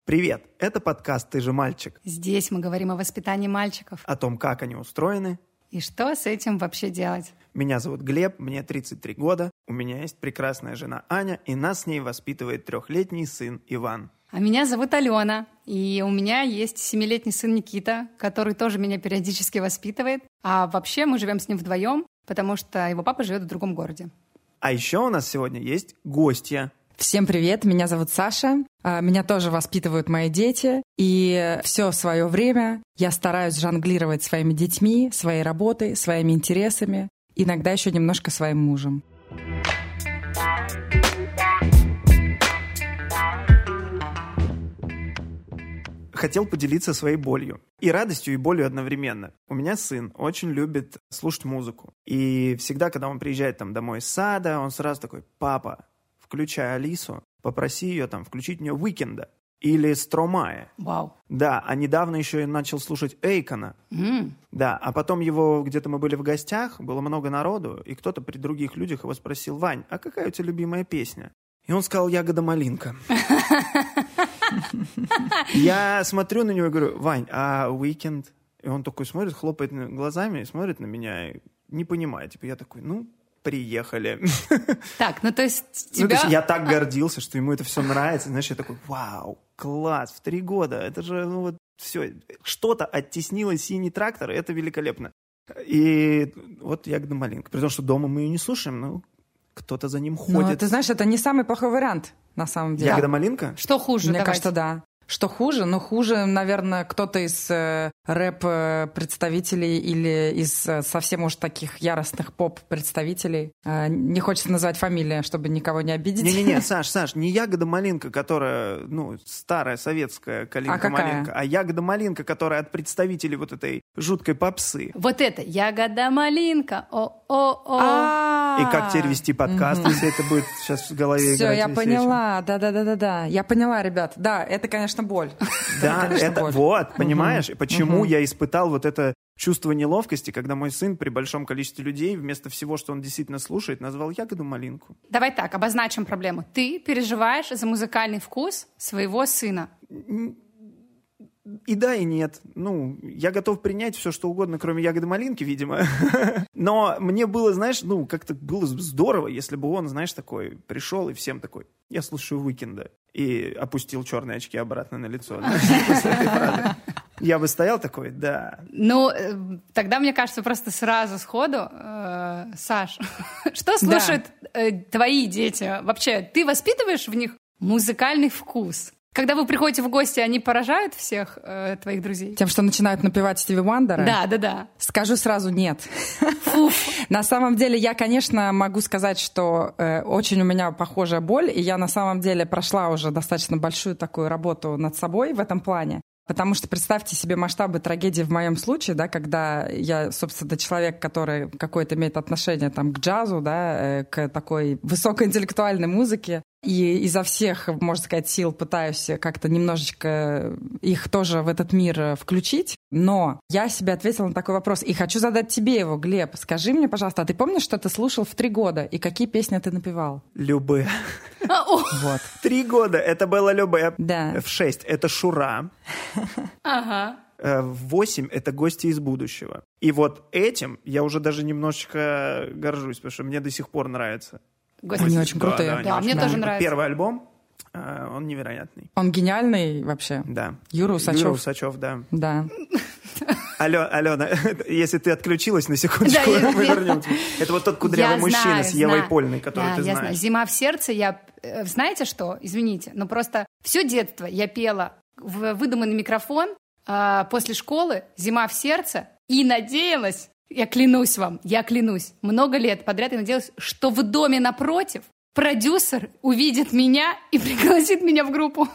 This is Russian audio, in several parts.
Привет, это подкаст «Ты же мальчик». Здесь мы говорим о воспитании мальчиков. О том, как они устроены. И что с этим вообще делать? Меня зовут Глеб, мне 33 года, у меня есть прекрасная жена Аня, и нас с ней воспитывает 3-летний сын Иван. А меня зовут Алена, и у меня есть 7-летний сын Никита, который тоже меня периодически воспитывает. А вообще мы живем с ним вдвоем, потому что его папа живет в другом городе. А еще у нас сегодня есть гостья. Всем привет, меня зовут Саша, меня тоже воспитывают мои дети, и все свое время я стараюсь жонглировать своими детьми, своей работой, своими интересами, иногда еще немножко своим мужем. Хотел поделиться своей болью. И радостью, и болью одновременно. У меня сын очень любит слушать музыку. И всегда, когда он приезжает домой из сада, он сразу такой: «Папа, включай Алису, попроси ее включить мне Уикенда или Стромае». Вау. Да, а недавно еще и начал слушать Эйкона. Да, а потом где-то мы были в гостях, было много народу, и кто-то при других людях его спросил: «Вань, а какая у тебя любимая песня?» И он сказал: «Ягода малинка». Я смотрю на него и говорю: «Вань, а Уикенд?» И он такой смотрит, хлопает глазами, смотрит на меня и не понимает. Я такой: приехали. Так, то есть тебя... то есть я так гордился, что ему это все нравится. Знаешь, я такой: вау, класс, в 3 года. Это же, все. Что-то оттеснило синий трактор, и это великолепно. И вот ягода малинка. При том, что дома мы ее не слушаем, кто-то за ним ходит. Ты знаешь, это не самый плохой вариант, на самом деле. Ягода малинка? Что хуже? Мне кажется, да. Что хуже? Хуже, наверное, кто-то из рэп-представителей или из совсем уж таких яростных поп-представителей. Не хочется назвать фамилии, чтобы никого не обидеть. Не-не-не, Саш, не ягода малинка, которая, старая советская калинка-малинка, а ягода малинка, которая от представителей вот этой жуткой попсы. Вот это ягода малинка, о-о-о. И как теперь вести подкаст, если это будет сейчас в голове играть? Все, я поняла, да. Я поняла, ребят. Да, это, конечно, боль. Да, понимаешь, почему я испытал вот это чувство неловкости, когда мой сын при большом количестве людей вместо всего, что он действительно слушает, назвал ягоду малинку. Давай так, обозначим проблему. Ты переживаешь за музыкальный вкус своего сына. И да, и нет. Я готов принять все, что угодно, кроме ягоды малинки, видимо. Но мне было, знаешь, как-то было здорово, если бы он, знаешь, такой пришел и всем такой: «Я слушаю Уикенда», и опустил черные очки обратно на лицо. Я бы стоял такой: да. Тогда, мне кажется, просто сразу сходу: Саш, что слушают твои дети? Вообще, ты воспитываешь в них музыкальный вкус? Когда вы приходите в гости, они поражают всех твоих друзей? Тем, что начинают напевать Стиви Уандера? Да. Скажу сразу: нет. На самом деле, я, конечно, могу сказать, что очень у меня похожая боль, и я на самом деле прошла уже достаточно большую такую работу над собой в этом плане. Потому что представьте себе масштабы трагедии в моем случае, да, когда я, собственно, человек, который какое-то имеет отношение к джазу, да, к такой высокоинтеллектуальной музыке, и изо всех, можно сказать, сил пытаюсь как-то немножечко их тоже в этот мир включить. Но я себе ответила на такой вопрос, и хочу задать тебе его, Глеб. Скажи мне, пожалуйста, а ты помнишь, что ты слушал в 3 года, и какие песни ты напевал? Любые. Вот. 3 года это было любые. Да. В 6 это Шура. Ага. В 8 это «Гости из будущего». И вот этим я уже даже немножечко горжусь, потому что мне до сих пор нравится. Они очень крутые. Да, мне тоже нравится. Первый альбом, он невероятный. Он гениальный вообще. Да. Юра Усачев, да. Да. Алена, если ты отключилась на секундочку, мы вернемся. Это вот тот кудрявый мужчина с Евой Польной, который ты знаешь. Знаю. «Зима в сердце». Знаете что? Извините, но просто все детство я пела в выдуманный микрофон после школы «Зима в сердце» и надеялась, я клянусь, много лет подряд я надеялась, что в доме напротив продюсер увидит меня и пригласит меня в группу.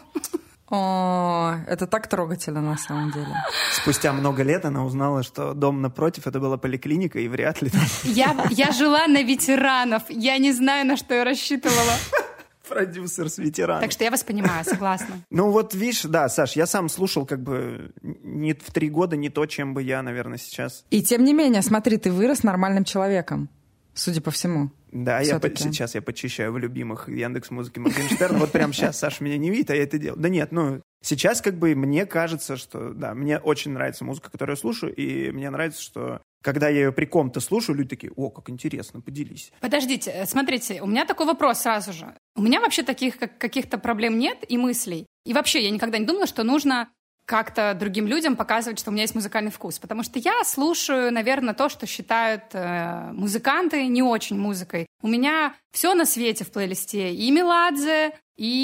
О, это так трогательно на самом деле. Спустя много лет она узнала, что дом напротив — это была поликлиника, и вряд ли... Я жила на ветеранов, я не знаю, на что я рассчитывала. Продюсер с ветераном. Так что я вас понимаю, согласна. Видишь, да, Саш, я сам слушал не в 3 года не то, чем бы я, наверное, сейчас. И тем не менее, смотри, ты вырос нормальным человеком, судя по всему. Да, сейчас я почищаю в любимых Яндекс.Музыке Моргенштерн. Вот прямо сейчас Саша меня не видит, а я это делаю. Да нет, Сейчас как бы мне кажется, что, да, мне очень нравится музыка, которую я слушаю, и мне нравится, что когда я ее при ком-то слушаю, люди такие: о, как интересно, поделись. Подождите, смотрите, у меня такой вопрос сразу же. У меня вообще таких каких-то проблем нет и мыслей. И вообще я никогда не думала, что нужно как-то другим людям показывать, что у меня есть музыкальный вкус. Потому что я слушаю, наверное, то, что считают музыканты не очень музыкой. У меня все на свете в плейлисте. И Меладзе,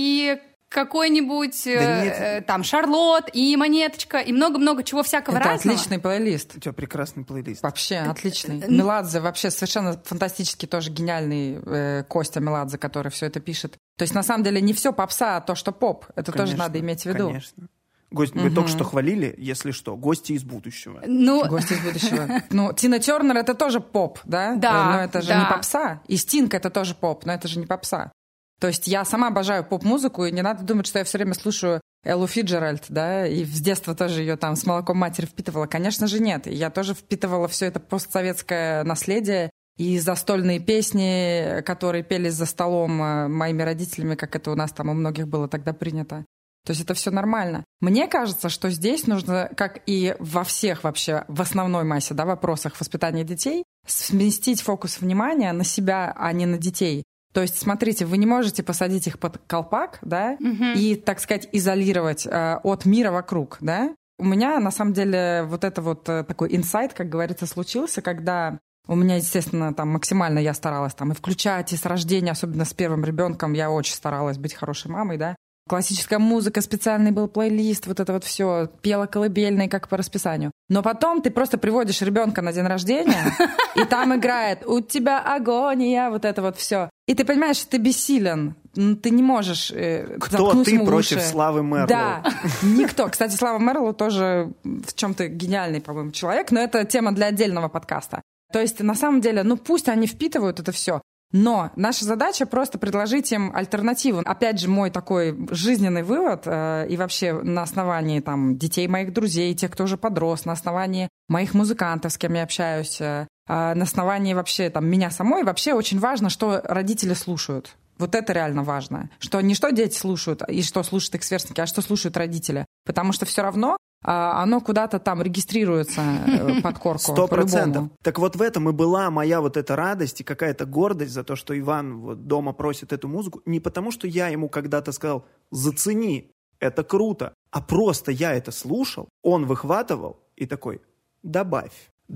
и какой-нибудь там Шарлот, и Монеточка, и много-много чего всякого разного. Это отличный плейлист. У тебя прекрасный плейлист. Вообще отличный. Меладзе вообще совершенно фантастически тоже гениальный Костя Меладзе, который все это пишет. То есть на самом деле не все попса, а то, что поп. Это тоже надо иметь в виду. Конечно. Вы только что хвалили, если что, гости из будущего. Гости из будущего. Ну, Тина Тернер — это тоже поп, да? Да. Но это же не попса. И Стинг — это тоже поп, но это же не попса. То есть я сама обожаю поп-музыку, и не надо думать, что я все время слушаю Эллу Фиджеральд, да, и с детства тоже ее там с молоком матери впитывала. Конечно же, нет. Я тоже впитывала все это постсоветское наследие и застольные песни, которые пелись за столом моими родителями, как это у нас там у многих было тогда принято. То есть это все нормально. Мне кажется, что здесь нужно, как и во всех вообще, в основной массе, да, вопросах воспитания детей, сместить фокус внимания на себя, а не на детей. То есть, смотрите, вы не можете посадить их под колпак, да, и, так сказать, изолировать от мира вокруг, да. У меня, на самом деле, вот это вот такой инсайт, как говорится, случился, когда у меня, естественно, там максимально я старалась там и включать, и с рождения, особенно с первым ребенком, я очень старалась быть хорошей мамой, да. Классическая музыка, специальный был плейлист, вот это вот все, пела колыбельные, как по расписанию. Но потом ты просто приводишь ребенка на день рождения, и там играет «У тебя агония», вот это вот все. И ты понимаешь, что ты бессилен, ты не можешь Кто ты против Славы Мерлоу? Да, никто. Кстати, Слава Мерлоу тоже в чем-то гениальный, по-моему, человек, но это тема для отдельного подкаста. То есть, на самом деле, пусть они впитывают это все, но наша задача просто предложить им альтернативу. Опять же, мой такой жизненный вывод, и вообще на основании там, детей моих друзей, тех, кто уже подрос, на основании моих музыкантов, с кем я общаюсь, на основании вообще там, меня самой, вообще очень важно, что родители слушают. Вот это реально важно. Что не что дети слушают и что слушают их сверстники, а что слушают родители. Потому что все равно оно куда-то там регистрируется под корку. 100%. Так вот в этом и была моя вот эта радость и какая-то гордость за то, что Иван вот дома просит эту музыку. Не потому, что я ему когда-то сказал: зацени, это круто. А просто я это слушал, он выхватывал и такой: добавь.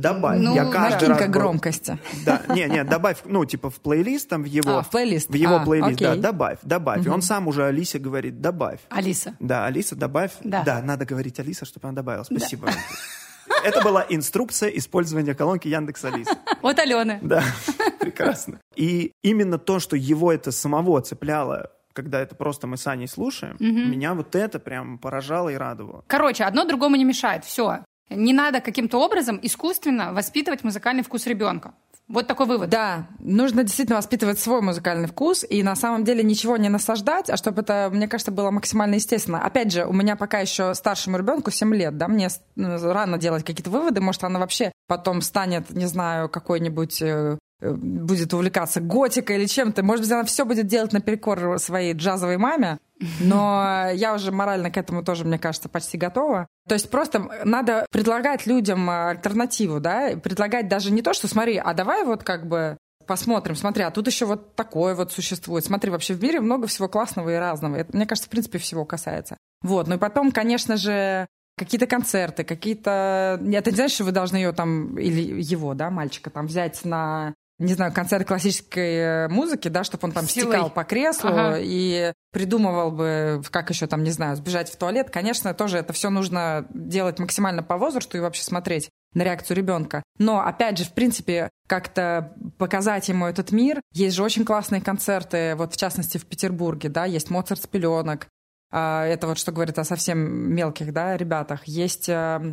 Я каждый раз громкости. Да, добавь, в плейлист, там в его плейлист, окей. да, добавь. И он сам уже Алисе говорит: добавь. Алиса. Да, Алиса, добавь. Да, надо говорить Алиса, чтобы она добавила. Спасибо. Да. Это была инструкция использования колонки Яндекс.Алиса. От Алены. Да, прекрасно. И именно то, что его это самого цепляло, когда это просто мы с Аней слушаем, меня вот это прям поражало и радовало. Короче, одно другому не мешает. Все. Не надо каким-то образом искусственно воспитывать музыкальный вкус ребенка. Вот такой вывод. Да, нужно действительно воспитывать свой музыкальный вкус и на самом деле ничего не насаждать, а чтобы это, мне кажется, было максимально естественно. Опять же, у меня пока еще старшему ребенку 7 лет, да, мне рано делать какие-то выводы, может, она вообще потом станет, не знаю, какой-нибудь... будет увлекаться готикой или чем-то. Может быть, она все будет делать наперекор своей джазовой маме, но я уже морально к этому тоже, мне кажется, почти готова. То есть просто надо предлагать людям альтернативу, да, предлагать даже не то, что смотри, а давай вот как бы посмотрим, смотри, а тут еще вот такое вот существует. Смотри, вообще в мире много всего классного и разного. Это, мне кажется, в принципе, всего касается. Вот, ну и потом, конечно же, какие-то концерты, какие-то... Это не значит, что вы должны ее там, или его, да, мальчика, там взять на... не знаю, концерт классической музыки, да, чтобы он там стекал по креслу и придумывал бы, как еще там, не знаю, сбежать в туалет. Конечно, тоже это все нужно делать максимально по возрасту и вообще смотреть на реакцию ребенка. Но, опять же, в принципе, как-то показать ему этот мир. Есть же очень классные концерты, вот в частности в Петербурге, да, есть «Моцарт с пеленок». Это вот что говорит о совсем мелких, да, ребятах. Есть,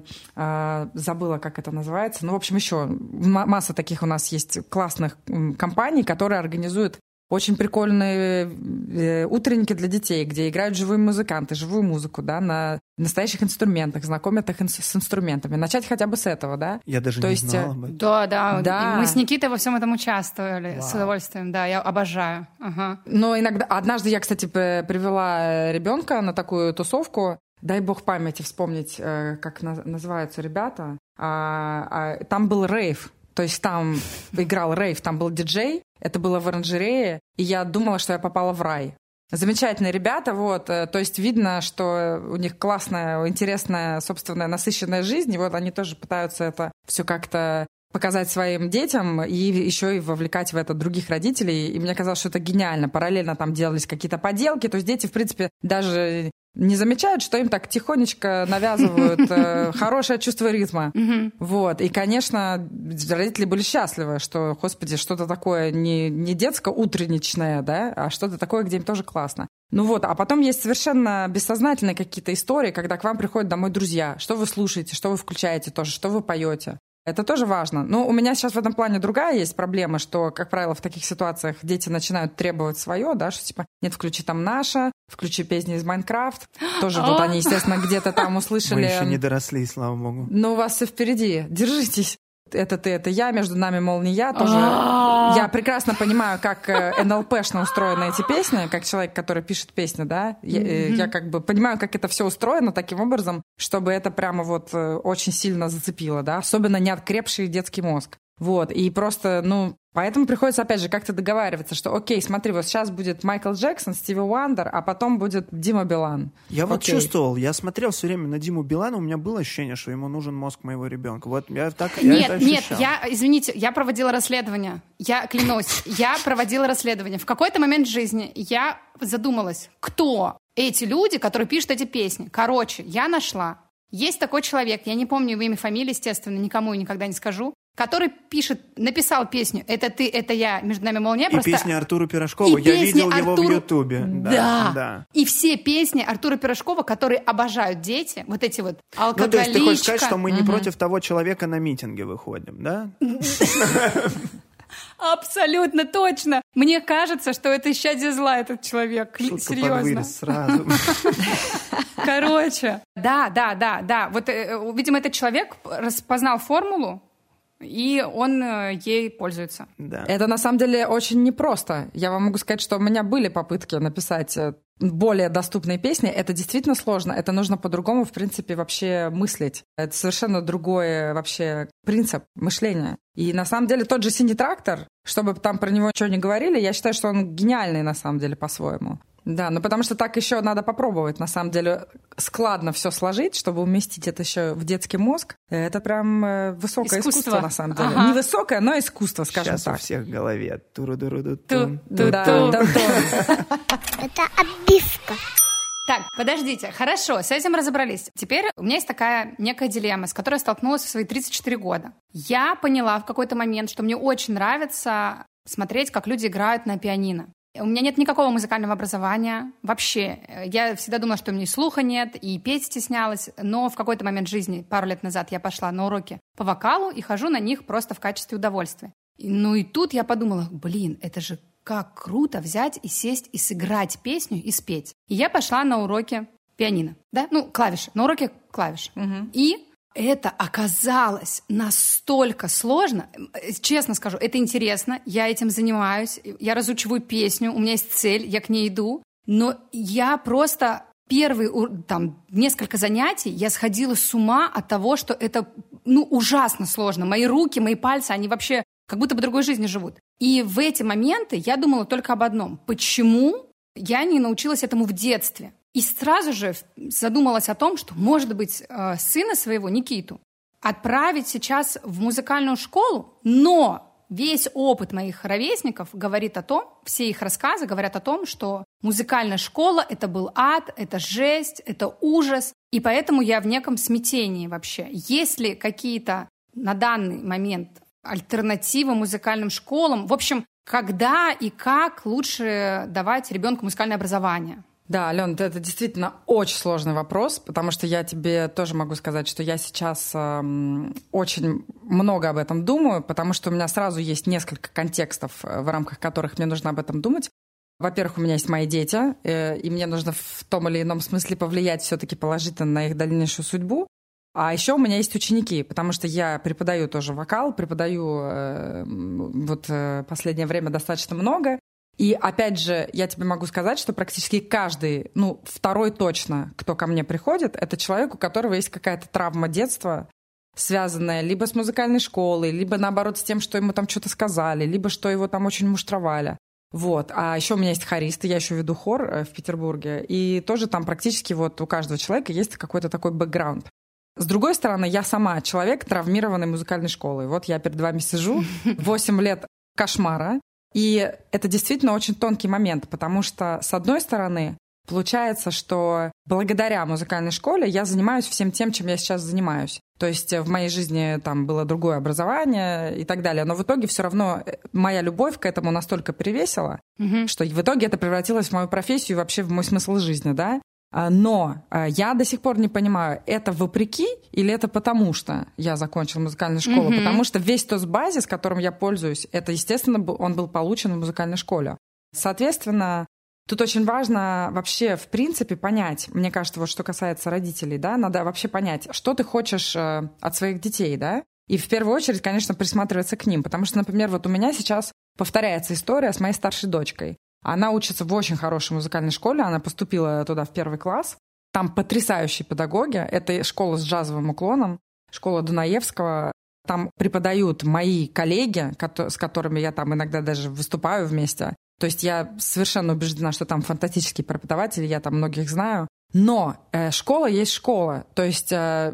забыла, как это называется, в общем, еще масса таких у нас есть классных компаний, которые организуют очень прикольные утренники для детей, где играют живые музыканты, живую музыку, да, на настоящих инструментах, знакомят их с инструментами. Начать хотя бы с этого, да? Я даже не знала об этом. Да. Мы с Никитой во всем этом участвовали. С удовольствием, да, я обожаю. Ага. Но иногда... Однажды я, кстати, привела ребенка на такую тусовку, дай бог памяти вспомнить, как называются ребята. Там был рейв. То есть там играл рейв, там был диджей, это было в оранжерее, и я думала, что я попала в рай. Замечательные ребята, вот, то есть видно, что у них классная, интересная, собственная, насыщенная жизнь, и вот они тоже пытаются это все как-то показать своим детям и еще и вовлекать в это других родителей. И мне казалось, что это гениально. Параллельно там делались какие-то поделки, то есть дети, в принципе, даже не замечают, что им так тихонечко навязывают хорошее чувство ритма. Вот. И, конечно, родители были счастливы, что, господи, что-то такое не детско-утренничное, да, а что-то такое, где им тоже классно. Ну вот, а потом есть совершенно бессознательные какие-то истории, когда к вам приходят домой друзья. Что вы слушаете, что вы включаете тоже, что вы поете. Это тоже важно. Но у меня сейчас в этом плане другая есть проблема, что, как правило, в таких ситуациях дети начинают требовать свое, да, что типа, нет, включи там наша, включи песни из Майнкрафт. Тоже вот они, естественно, где-то там услышали. Мы еще не доросли, слава богу. Но у вас все впереди. Держитесь. Это ты, это я, между нами, мол, не я. Тоже я прекрасно понимаю, как НЛПшно устроены эти песни, как человек, который пишет песни, да. Я как бы понимаю, как это все устроено таким образом, чтобы это прямо вот очень сильно зацепило, да. Особенно неоткрепший детский мозг. Вот, и просто, поэтому приходится, опять же, как-то договариваться, что, окей, смотри, вот сейчас будет Майкл Джексон, Стиви Уандер, а потом будет Дима Билан. Я вот чувствовал, я смотрел все время на Диму Билана, у меня было ощущение, что ему нужен мозг моего ребенка. Вот я так это ощущал. Извините, я проводила расследование. Я клянусь, я проводила расследование. В какой-то момент в жизни я задумалась, кто эти люди, которые пишут эти песни. Короче, я нашла. Есть такой человек, я не помню его имя, фамилию, естественно, никому и никогда не скажу, который написал песню «Это ты, это я, между нами молния». И песни Артура Пирожкова, я видел его в Ютубе. Да. И все песни Артура Пирожкова, которые обожают дети, вот эти вот алкоголичка. Ну, то есть ты хочешь сказать, что мы не против того человека на митинге выходим, да? Абсолютно точно. Мне кажется, что это исчадие зла, этот человек. Шутка серьезно. под вырез сразу. Короче. Да. Вот, видимо, этот человек распознал формулу, и он ей пользуется. Да. Это на самом деле очень непросто. Я вам могу сказать, что у меня были попытки написать более доступные песни. Это действительно сложно. Это нужно по-другому, в принципе, вообще мыслить. Это совершенно другой вообще принцип мышления. И на самом деле тот же «Синий трактор», чтобы там про него ничего не говорили, я считаю, что он гениальный на самом деле по-своему. Да, потому что так еще надо попробовать, на самом деле, складно все сложить, чтобы уместить это еще в детский мозг. Это прям высокое искусство на самом деле. Не высокое, но искусство, скажем так. Сейчас у всех в голове. Ту-ду-ду-ду-ту. Это отбивка. Так, подождите, хорошо, с этим разобрались. Теперь у меня есть такая некая дилемма, с которой я столкнулась в свои 34 года. Я поняла в какой-то момент, что мне очень нравится смотреть, как люди играют на пианино. У меня нет никакого музыкального образования вообще. Я всегда думала, что у меня и слуха нет, и петь стеснялась. Но в какой-то момент жизни, пару лет назад, я пошла на уроки по вокалу и хожу на них просто в качестве удовольствия. И тут я подумала, это же как круто взять и сесть и сыграть песню и спеть. И я пошла на уроки пианино, да? Клавиши, на уроки клавиш. И это оказалось настолько сложно. Честно скажу, это интересно. Я этим занимаюсь. Я разучиваю песню. У меня есть цель, я к ней иду. Но я просто первые несколько занятий я сходила с ума от того, что это ужасно сложно. Мои руки, мои пальцы, они вообще как будто бы другой жизнью живут. И в эти моменты я думала только об одном. Почему я не научилась этому в детстве? И сразу же задумалась о том, что, может быть, сына своего, Никиту, отправить сейчас в музыкальную школу, но весь опыт моих ровесников говорит о том, все их рассказы говорят о том, что музыкальная школа — это был ад, это жесть, это ужас, и поэтому я в неком смятении вообще. Есть ли какие-то на данный момент альтернативы музыкальным школам? В общем, когда и как лучше давать ребенку музыкальное образование? Да, Алён, это действительно очень сложный вопрос, потому что я тебе тоже могу сказать, что я сейчас очень много об этом думаю, потому что у меня сразу есть несколько контекстов, в рамках которых мне нужно об этом думать. Во-первых, у меня есть мои дети, и мне нужно в том или ином смысле повлиять все-таки положительно на их дальнейшую судьбу. А еще у меня есть ученики, потому что я преподаю тоже вокал, преподаю последнее время достаточно много. И опять же, я тебе могу сказать, что практически каждый, второй точно, кто ко мне приходит, это человек, у которого есть какая-то травма детства, связанная либо с музыкальной школой, либо наоборот с тем, что ему там что-то сказали, либо что его там очень муштровали. Вот. А еще у меня есть хористы, я еще веду хор в Петербурге, и тоже там практически вот у каждого человека есть какой-то такой бэкграунд. С другой стороны, я сама человек, травмированный музыкальной школой. Вот я перед вами сижу, 8 лет кошмара, и это действительно очень тонкий момент, потому что, с одной стороны, получается, что благодаря музыкальной школе я занимаюсь всем тем, чем я сейчас занимаюсь. То есть в моей жизни там было другое образование и так далее. Но в итоге все равно моя любовь к этому настолько перевесила, что в итоге это превратилось в мою профессию и вообще в мой смысл жизни, да? Но я до сих пор не понимаю, это вопреки или это потому, что я закончила музыкальную школу? Потому что весь тот базис, которым я пользуюсь, это, естественно, он был получен в музыкальной школе. Соответственно, тут очень важно вообще, в принципе, понять, мне кажется, вот что касается родителей, да, надо вообще понять, что ты хочешь от своих детей, да, и в первую очередь, конечно, присматриваться к ним, потому что, например, вот у меня сейчас повторяется история с моей старшей дочкой. Она учится в очень хорошей музыкальной школе, она поступила туда в 1 класс, там потрясающие педагоги, это школа с джазовым уклоном, школа Дунаевского, там преподают мои коллеги, с которыми я там иногда даже выступаю вместе. То есть я совершенно убеждена, что там фантастические преподаватели, я там многих знаю. Но школа есть школа. То есть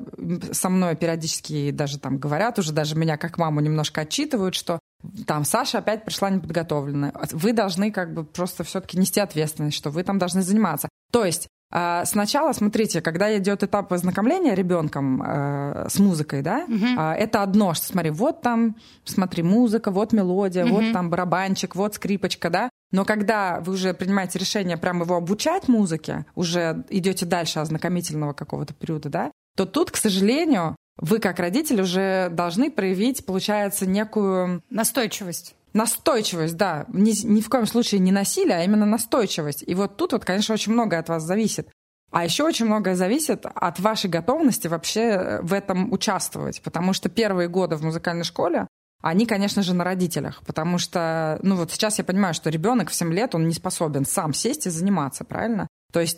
со мной периодически даже там говорят, уже даже меня как маму немножко отчитывают, что там Саша опять пришла неподготовленная. Вы должны как бы просто все-таки нести ответственность, что вы там должны заниматься. То есть сначала, смотрите, когда идет этап ознакомления ребенком с музыкой, да, это одно, что смотри, вот там, смотри, музыка, вот мелодия, вот там барабанчик, вот скрипочка, да. Но когда вы уже принимаете решение прямо его обучать музыке, уже идете дальше ознакомительного какого-то периода, да, то тут, к сожалению, вы как родитель уже должны проявить, получается, некую... Настойчивость. Настойчивость, да. Ни в коем случае не насилие, а именно настойчивость. И вот тут, конечно, очень многое от вас зависит. А еще очень многое зависит от вашей готовности вообще в этом участвовать. Потому что первые годы в музыкальной школе, они, конечно же, на родителях. Потому что, вот сейчас я понимаю, что ребенок в 7 лет, он не способен сам сесть и заниматься, правильно? То есть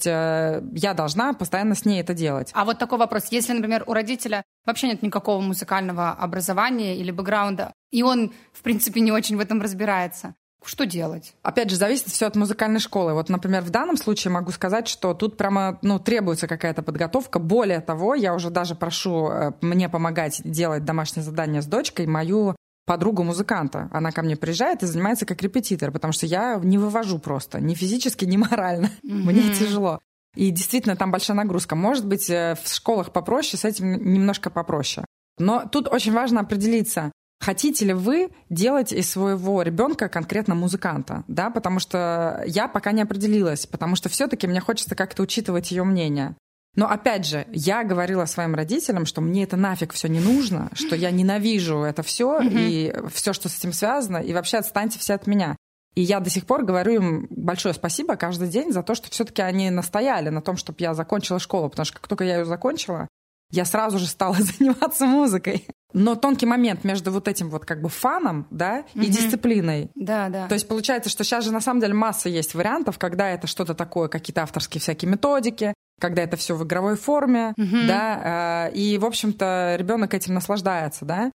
я должна постоянно с ней это делать. А вот такой вопрос. Если, например, у родителя вообще нет никакого музыкального образования или бэкграунда, и он, в принципе, не очень в этом разбирается, что делать? Опять же, зависит все от музыкальной школы. Вот, например, в данном случае могу сказать, что тут прямо требуется какая-то подготовка. Более того, я уже даже прошу мне помогать делать домашнее задание с дочкой мою подругу-музыканта. Она ко мне приезжает и занимается как репетитор, потому что я не вывожу просто, ни физически, ни морально. Мне тяжело. И действительно, там большая нагрузка. Может быть, в школах попроще, с этим немножко попроще. Но тут очень важно определиться, хотите ли вы делать из своего ребенка конкретно музыканта, да, потому что я пока не определилась, потому что все-таки мне хочется как-то учитывать ее мнение. Но опять же, я говорила своим родителям, что мне это нафиг все не нужно, что я ненавижу это все и все, что с этим связано, и вообще отстаньте все от меня. И я до сих пор говорю им большое спасибо каждый день за то, что все-таки они настояли на том, чтобы я закончила школу, потому что как только я ее закончила, я сразу же стала заниматься музыкой. Но тонкий момент между вот этим вот как бы фаном, да, и дисциплиной. Да, да. То есть получается, что сейчас же на самом деле масса есть вариантов, когда это что-то такое, какие-то авторские всякие методики, когда это все в игровой форме, да, и, в общем-то, ребенок этим наслаждается, да.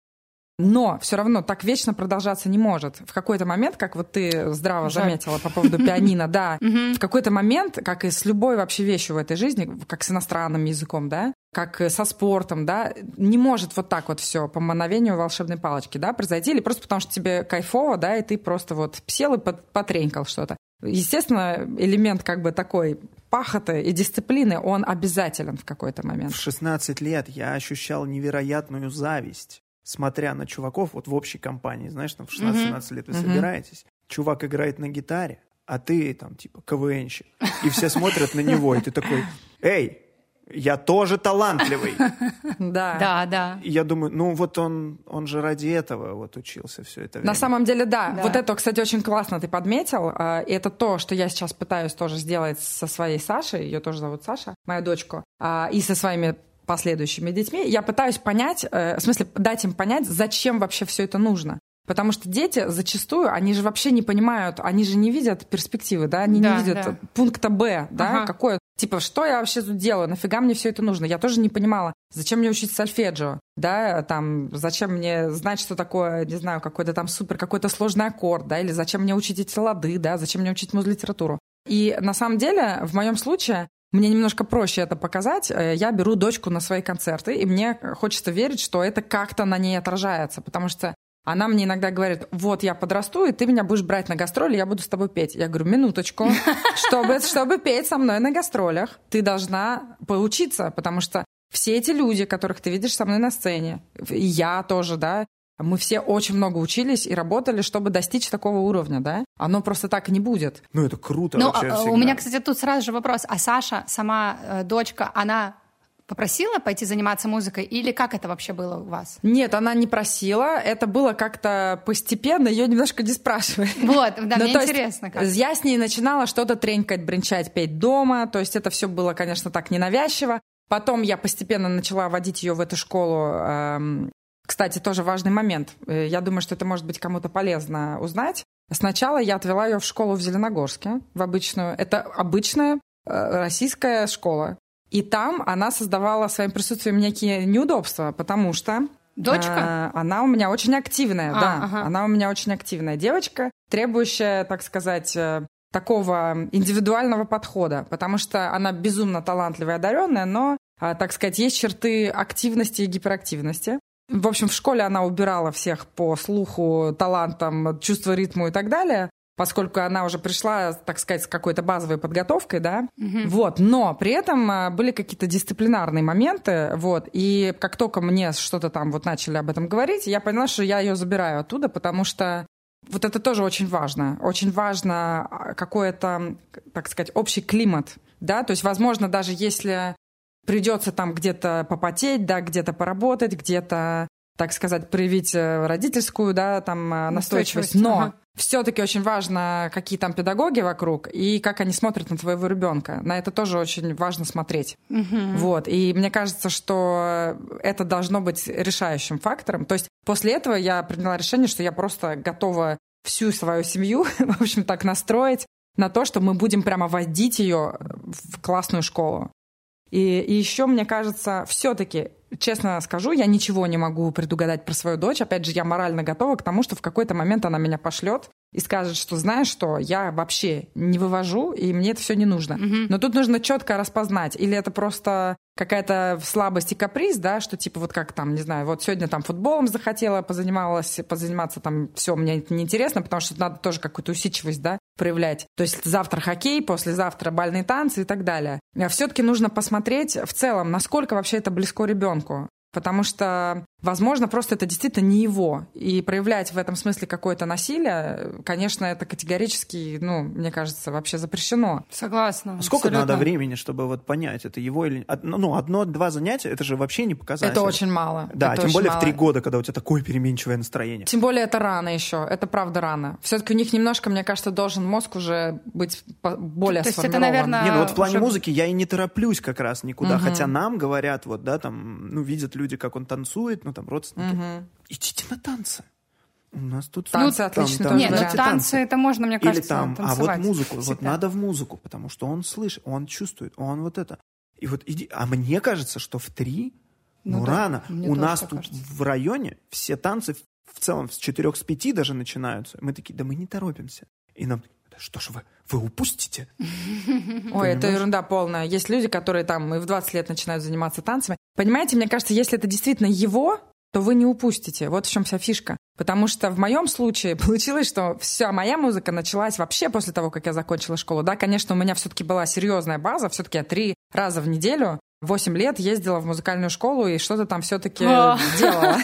Но все равно так вечно продолжаться не может. В какой-то момент, как вот ты здраво заметила по поводу пианино, да, в какой-то момент, как и с любой вообще вещью в этой жизни, как с иностранным языком, да, как со спортом, да, не может вот так вот все по мановению волшебной палочки, да, произойти, или просто потому что тебе кайфово, да, и ты просто вот сел и потренькал что-то. Естественно, элемент как бы такой пахоты и дисциплины, он обязателен в какой-то момент. В 16 лет я ощущал невероятную зависть, смотря на чуваков вот в общей компании, знаешь, там в 16-17 лет вы собираетесь, чувак играет на гитаре, а ты там типа КВНщик, и все смотрят на него, и ты такой: «Эй, я тоже талантливый». Да. Да, да. И я думаю, вот он же ради этого вот учился все это время. На самом деле, да. Вот это, кстати, очень классно ты подметил. И это то, что я сейчас пытаюсь тоже сделать со своей Сашей, ее тоже зовут Саша, мою дочку, и со своими последующими детьми. Я пытаюсь понять, в смысле, дать им понять, зачем вообще все это нужно. Потому что дети зачастую, они же вообще не понимают, они же не видят перспективы, да, они не видят пункта Б, да, какое, типа, что я вообще тут делаю, нафига мне все это нужно? Я тоже не понимала, зачем мне учить сольфеджио, да, там, зачем мне знать, что такое, не знаю, какой-то там супер, какой-то сложный аккорд, да, или зачем мне учить эти лады, да, зачем мне учить муз-литературу. И на самом деле, в моем случае, мне немножко проще это показать. Я беру дочку на свои концерты, и мне хочется верить, что это как-то на ней отражается, потому что она мне иногда говорит, вот я подрасту, и ты меня будешь брать на гастроли, я буду с тобой петь. Я говорю, минуточку, чтобы петь со мной на гастролях, ты должна поучиться, потому что все эти люди, которых ты видишь со мной на сцене, и я тоже, да, мы все очень много учились и работали, чтобы достичь такого уровня, да? Оно просто так и не будет. Ну, это круто вообще всегда. У меня, кстати, тут сразу же вопрос. А Саша, сама дочка, она попросила пойти заниматься музыкой, или как это вообще было у вас? Нет, она не просила, это было как-то постепенно, ее немножко не спрашивали. Вот, да, мне интересно. Как. Я с ней начинала что-то тренькать, бренчать, петь дома, то есть это все было, конечно, так ненавязчиво. Потом я постепенно начала водить ее в эту школу. Кстати, тоже важный момент. Я думаю, что это может быть кому-то полезно узнать. Сначала я отвела ее в школу в Зеленогорске, в обычную. Это обычная российская школа. И там она создавала своим присутствием некие неудобства, потому что... Дочка? Она у меня очень активная, Она у меня очень активная девочка, требующая, так сказать, такого индивидуального подхода, потому что она безумно талантливая и одаренная, но, так сказать, есть черты активности и гиперактивности. В общем, в школе она убирала всех по слуху, талантам, чувству ритму и так далее, поскольку она уже пришла, так сказать, с какой-то базовой подготовкой, да. Вот. Но при этом были какие-то дисциплинарные моменты, вот. И как только мне что-то там вот начали об этом говорить, я поняла, что я ее забираю оттуда, потому что вот это тоже очень важно. Очень важно какой-то, так сказать, общий климат, да. То есть, возможно, даже если придется там где-то попотеть, да, где-то поработать, где-то, так сказать, проявить родительскую, да, там, настойчивость. Но все-таки очень важно, какие там педагоги вокруг и как они смотрят на твоего ребенка. На это тоже очень важно смотреть. Вот. И мне кажется, что это должно быть решающим фактором. То есть после этого я приняла решение, что я просто готова всю свою семью, в общем, так настроить на то, что мы будем прямо водить ее в классную школу. И еще, мне кажется, все-таки, честно скажу, я ничего не могу предугадать про свою дочь. Опять же, я морально готова к тому, что в какой-то момент она меня пошлет и скажет, что, знаешь что, я вообще не вывожу, и мне это все не нужно. Но тут нужно четко распознать. Или это просто какая-то слабость и каприз, да, что типа вот как там, не знаю, вот сегодня там футболом захотела позаниматься там, все, мне это неинтересно, потому что надо тоже какую-то усидчивость, да, проявлять. То есть завтра хоккей, послезавтра бальные танцы и так далее. А все-таки нужно посмотреть в целом, насколько вообще это близко ребенку. Потому что, возможно, просто это действительно не его. И проявлять в этом смысле какое-то насилие, конечно, это категорически, мне кажется, вообще запрещено. Согласна. Сколько надо времени, чтобы вот понять, это его или... одно-два занятия, это же вообще не показатель. Это очень мало. Да, это тем более мало. в 3 года, когда у тебя такое переменчивое настроение. Тем более это рано еще. Это правда рано. Все-таки у них немножко, мне кажется, должен мозг уже быть более сформирован. Это, наверное, Не, вот в плане музыки я и не тороплюсь как раз никуда. Хотя нам говорят, вот, да, там, видят люди, как он танцует, там, родственники. Идите на танцы. У нас тут... Танцы отлично тоже. Нет, танцы это можно, мне кажется, или там, танцевать. А вот музыку, всегда. вот надо в музыку, потому что он слышит, он чувствует, он вот это. И вот иди... А мне кажется, что в 3, рано. У нас тут кажется. В районе все танцы в целом с 4-5 даже начинаются. Мы такие, да мы не торопимся. И нам что ж вы упустите? Ой, это ерунда полная. Есть люди, которые там и в 20 лет начинают заниматься танцами. Понимаете, мне кажется, если это действительно его, то вы не упустите. Вот в чем вся фишка. Потому что в моем случае получилось, что вся моя музыка началась вообще после того, как я закончила школу. Да, конечно, у меня все-таки была серьезная база. Все-таки я 3 раза в неделю 8 лет ездила в музыкальную школу и что-то там все-таки делала.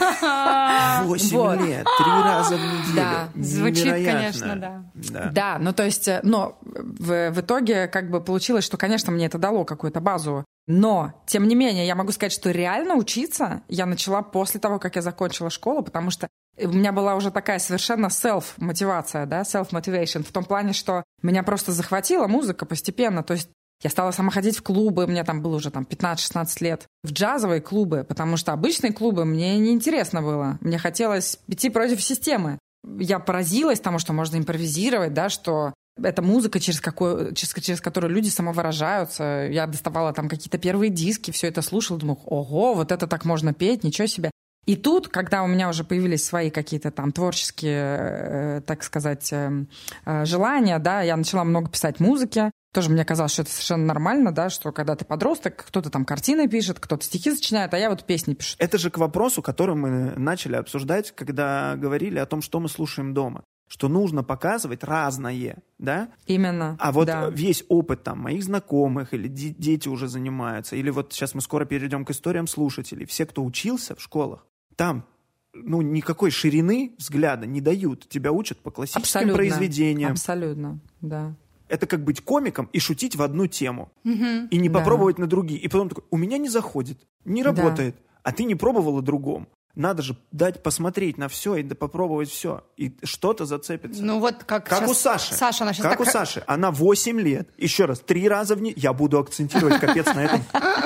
8 лет, 3 раза в неделю. Да, звучит, конечно, да. Да, то есть, но в итоге как бы получилось, что, конечно, мне это дало какую-то базу. Но, тем не менее, я могу сказать, что реально учиться я начала после того, как я закончила школу, потому что у меня была уже такая совершенно self-мотивация, да, self-motivation, в том плане, что меня просто захватила музыка постепенно, то есть я стала сама ходить в клубы, мне там было уже 15-16 лет, в джазовые клубы, потому что обычные клубы мне неинтересно было. Мне хотелось идти против системы. я поразилась тому, что можно импровизировать, да, что это музыка, через которую люди самовыражаются. Я доставала там какие-то первые диски, все это слушала, думаю, ого, вот это так можно петь, ничего себе. И тут, когда у меня уже появились свои какие-то там творческие, так сказать, желания, да, я начала много писать музыки. Тоже мне казалось, что это совершенно нормально, да, что когда ты подросток, кто-то там картины пишет, кто-то стихи сочиняет, а я вот песни пишу. Это же к вопросу, который мы начали обсуждать, когда говорили о том, что мы слушаем дома. Что нужно показывать разное, да? Именно. А вот да. весь опыт там моих знакомых или дети уже занимаются, или вот сейчас мы скоро перейдем к историям слушателей, все, кто учился в школах, там никакой ширины взгляда не дают. Тебя учат по классическим произведениям. Абсолютно, да. Это как быть комиком и шутить в одну тему. И не попробовать на другие. И потом такой, у меня не заходит, не работает. А ты не пробовала другом. Надо же дать посмотреть на все и попробовать все. И что-то зацепится. Ну вот как у Саши. Саша, она как у Саши. Она 8 лет. Еще раз, 3 раза в неделю. Я буду акцентировать капец на этом.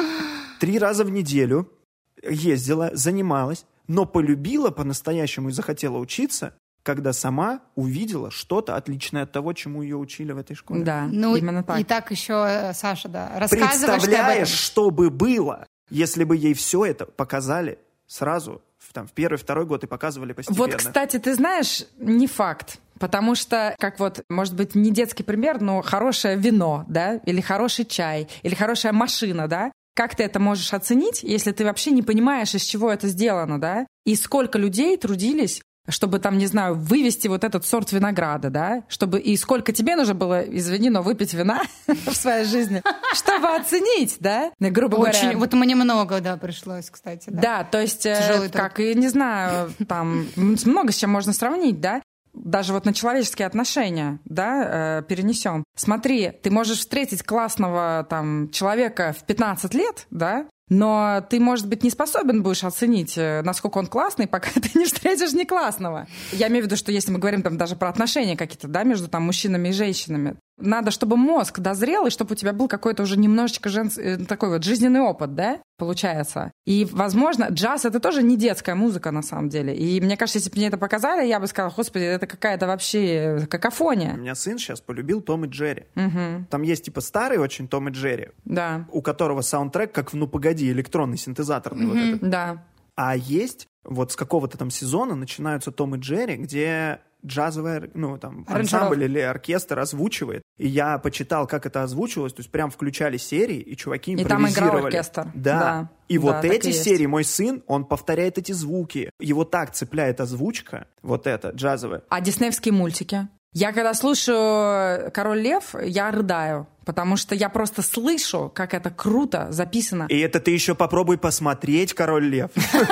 3 раза в неделю ездила, занималась, но полюбила по-настоящему и захотела учиться, когда сама увидела что-то отличное от того, чему ее учили в этой школе. Да, именно так. И так еще, Саша, рассказываешь. Представляешь, что бы было, если бы ей все это показали сразу в первый, второй год и показывали постепенно. Вот, кстати, ты знаешь, не факт. Потому что, как вот, может быть, не детский пример, но хорошее вино, да, или хороший чай, или хорошая машина, да, как ты это можешь оценить, если ты вообще не понимаешь, из чего это сделано, да, и сколько людей трудились, чтобы там, не знаю, вывести вот этот сорт винограда, да, чтобы и сколько тебе нужно было, извини, но выпить вина в своей жизни, чтобы оценить, да, грубо говоря. Вот мне много, да, пришлось, кстати. Да, то есть, как, и не знаю, там много с чем можно сравнить, да, даже вот на человеческие отношения, да, перенесем. Смотри, ты можешь встретить классного там человека в 15 лет, да, но ты, может быть, не способен будешь оценить, насколько он классный, пока ты не встретишь не классного. Я имею в виду, что если мы говорим там даже про отношения какие-то, да, между там мужчинами и женщинами, надо, чтобы мозг дозрел, и чтобы у тебя был какой-то уже немножечко такой вот жизненный опыт, да, получается. И, возможно, джаз — это тоже не детская музыка на самом деле. И мне кажется, если бы мне это показали, я бы сказала, господи, это какая-то вообще какофония. У меня сын сейчас полюбил Том и Джерри. Там есть типа старый очень Том и Джерри, да, у которого саундтрек как в «Ну, погоди», электронный, синтезаторный вот этот. Да. А есть вот с какого-то там сезона начинаются Том и Джерри, где джазовый, ансамбль или оркестр озвучивает. И я почитал, как это озвучивалось, то есть прям включали серии, и чуваки импровизировали. И там играл оркестр. Да. И вот эти серии, мой сын, он повторяет эти звуки. Его так цепляет озвучка, вот эта, джазовая. А диснеевские мультики? Я когда слушаю «Король Лев», я рыдаю, потому что я просто слышу, как это круто записано. И это ты еще попробуй посмотреть «Король Лев».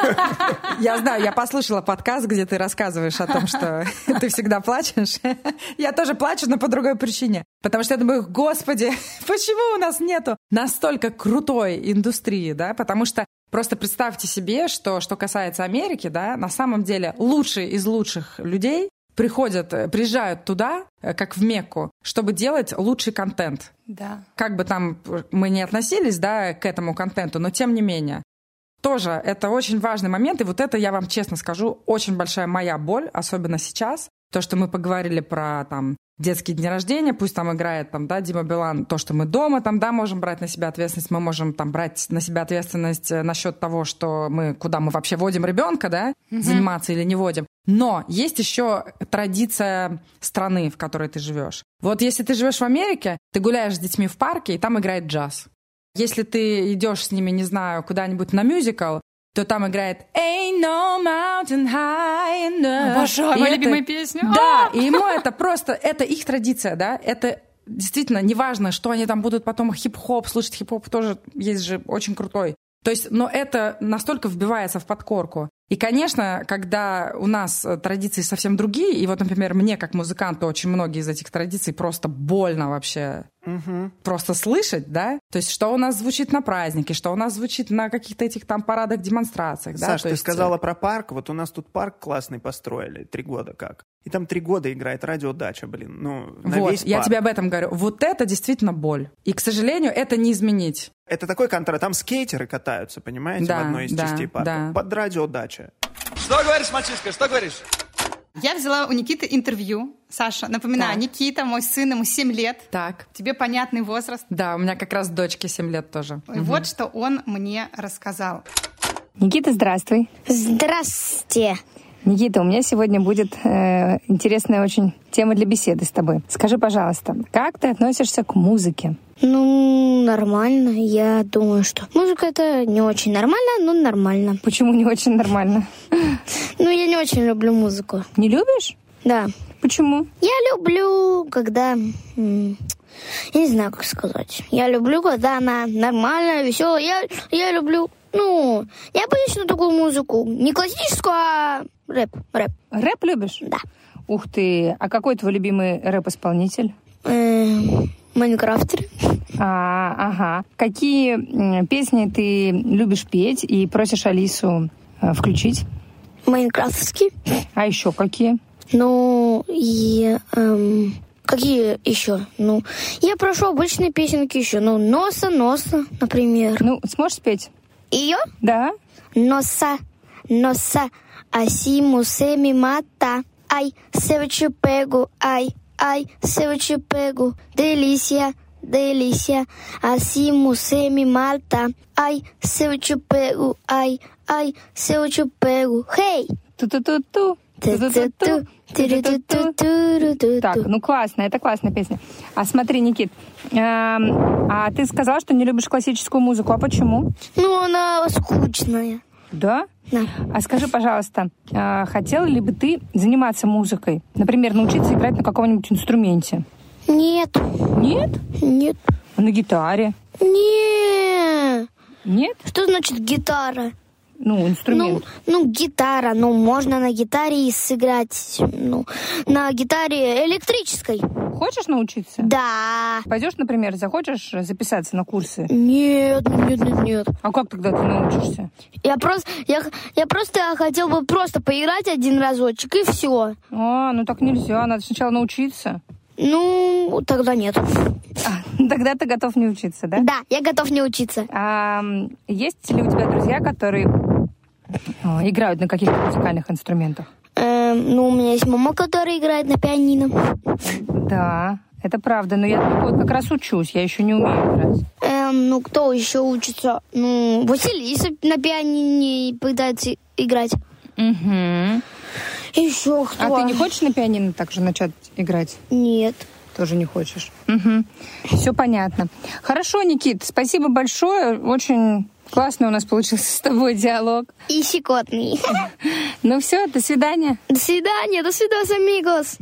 Я знаю, я послушала подкаст, где ты рассказываешь о том, что ты всегда плачешь. Я тоже плачу, но по другой причине. Потому что я думаю, господи, почему у нас нету настолько крутой индустрии, да? Потому что просто представьте себе, что касается Америки, да, на самом деле лучшие из лучших людей приезжают туда, как в Мекку, чтобы делать лучший контент. Да. Как бы там мы ни относились, да, к этому контенту, но тем не менее. Тоже это очень важный момент, и вот это, я вам честно скажу, очень большая моя боль, особенно сейчас. То, что мы поговорили про там детские дни рождения, пусть там играет там, да, Дима Билан, то, что мы дома там, да, можем брать на себя ответственность, мы можем там брать на себя ответственность насчет того, что куда мы вообще водим ребенка, да, заниматься или не водим. Но есть еще традиция страны, в которой ты живешь. Вот если ты живешь в Америке, ты гуляешь с детьми в парке, и там играет джаз. Если ты идешь с ними, не знаю, куда-нибудь на мюзикл, то там играет «Ain't no mountain high enough». Обожаю, моя любимая песня. Да, и ему это просто, это их традиция, да, это действительно неважно, что они там будут потом хип-хоп слушать, хип-хоп тоже есть же очень крутой. То есть, но это настолько вбивается в подкорку. И, конечно, когда у нас традиции совсем другие, и вот, например, мне, как музыканту, очень многие из этих традиций просто больно вообще просто слышать, да? То есть, что у нас звучит на празднике, что у нас звучит на каких-то этих там парадах, демонстрациях, да? Саш, ты сказала про парк, вот у нас тут парк классный построили, 3 года как. И там 3 года играет радиодача, блин, на вот, весь парк. Я тебе об этом говорю. Вот это действительно боль. И, к сожалению, это не изменить. Это такой контраст. Там скейтеры катаются, понимаете, да, в одной из частей парка. Да. Под радиодача. Что говоришь, мальчишка, что говоришь? Я взяла у Никиты интервью. Саша, напоминаю, Так. Никита, мой сын, ему 7 лет. Так. Тебе понятный возраст. Да, у меня как раз дочке 7 лет тоже. И вот что он мне рассказал. Никита, здравствуй. Здравствуйте. Никита, у меня сегодня будет интересная очень тема для беседы с тобой. Скажи, пожалуйста, как ты относишься к музыке? Ну, нормально. Я думаю, что музыка это не очень нормально, но нормально. Почему не очень нормально? Ну, я не очень люблю музыку. Не любишь? Да. Почему? Я люблю, когда... Я не знаю, как сказать. Я люблю, когда она нормальная, веселая. Я люблю... Ну, необычную такую музыку. Не классическую, а рэп. Рэп любишь? Да. Ух ты, а какой твой любимый рэп-исполнитель? Майнкрафтер. Ага. Какие песни ты любишь петь и просишь Алису включить? Майнкрафтский. А еще какие? Ну, и... какие еще? Ну, я прошу обычные песенки еще. Ну, носа, например. Ну, сможешь спеть? Ее? Да. Носа, асиму семи мата. Ай, севичу пегу, ай, севичу пегу. Делисия, асиму семи мата. Ай, севичу пегу, ай, севичу пегу. Хей! Ту-ту-ту-ту. Ту-ту-ту. Ту-ру-ту-ту-ру-ту-ту. Так, ну классно, это классная песня. А смотри, Никит, а ты сказала, что не любишь классическую музыку, а почему? Ну, она скучная. Да? Да. А скажи, пожалуйста, хотела ли бы ты заниматься музыкой? Например, научиться играть на каком-нибудь инструменте? Нет. Нет? Нет. А на гитаре? Нет. Нет? Что значит гитара? Ну, инструмент. Ну, гитара. Ну, можно на гитаре и сыграть. Ну, на гитаре электрической. Хочешь научиться? Да. Пойдешь, например, захочешь записаться на курсы? Нет. А как тогда ты научишься? Я просто хотел бы просто поиграть один разочек, и все. Ну так нельзя, надо сначала научиться. Ну, тогда нет. Тогда ты готов не учиться, да? Да, я готов не учиться. А есть ли у тебя друзья, которые играют на каких-то музыкальных инструментах? Ну, у меня есть мама, которая играет на пианино. Да, это правда, но я такой как раз учусь, я еще не умею играть. Ну, кто еще учится? Ну, Василиса на пианине пытается играть. Угу. Еще кто? А ты не хочешь на пианино также начать играть? Нет. Тоже не хочешь? Угу. Все понятно. Хорошо, Никит, спасибо большое. Очень классный у нас получился с тобой диалог. И щекотный. Ну все, до свидания. До свидания, амигос.